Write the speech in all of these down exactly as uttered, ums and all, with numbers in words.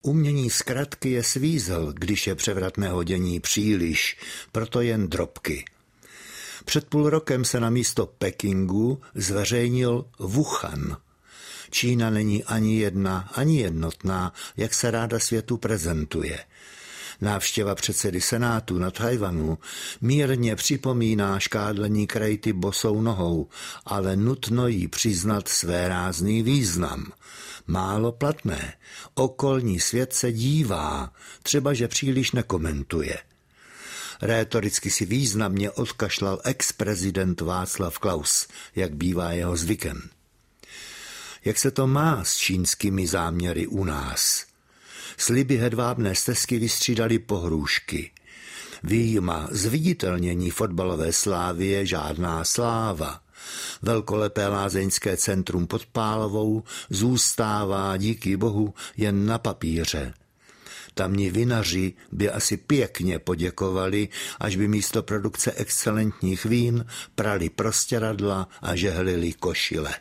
Umění zkratky je svízel, když je převratného dění příliš, proto jen drobky. Před půl rokem se na místo Pekingu zveřejnil Wuhan. Čína není ani jedna, ani jednotná, jak se ráda světu prezentuje. Návštěva předsedy Senátu na Tchaj-wanu mírně připomíná škádlení krejty bosou nohou, ale nutno jí přiznat své rázný význam. Málo platné, okolní svět se dívá, třeba že příliš nekomentuje. Rétoricky si významně odkašlal ex-prezident Václav Klaus, jak bývá jeho zvykem. Jak se to má s čínskými záměry u nás? Sliby hedvábné stezky vystřídaly pohrůžky. Výjima zviditelnění fotbalové slávy je žádná sláva. Velkolepé lázeňské centrum pod Pálovou zůstává díky bohu jen na papíře. Tamní vinaři by asi pěkně poděkovali, až by místo produkce excelentních vín prali prostěradla a žehlili košile.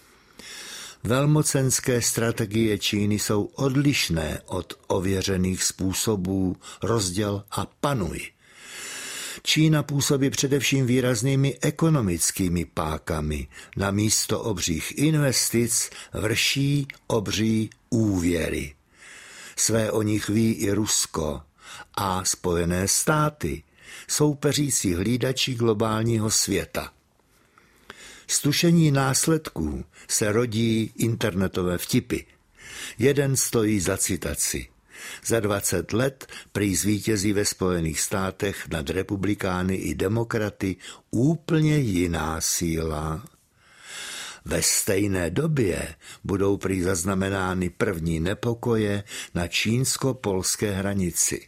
Velmocenské strategie Číny jsou odlišné od ověřených způsobů rozděl a panuj. Čína působí především výraznými ekonomickými pákami. Na místo obřích investic vrší obří úvěry. Své o nich ví i Rusko a Spojené státy, soupeřící hlídači globálního světa. Z tušení následků se rodí internetové vtipy. Jeden stojí za citaci. Za dvacet let prý zvítězí ve Spojených státech nad republikány i demokraty úplně jiná síla. Ve stejné době budou prý zaznamenány první nepokoje na čínsko-polské hranici.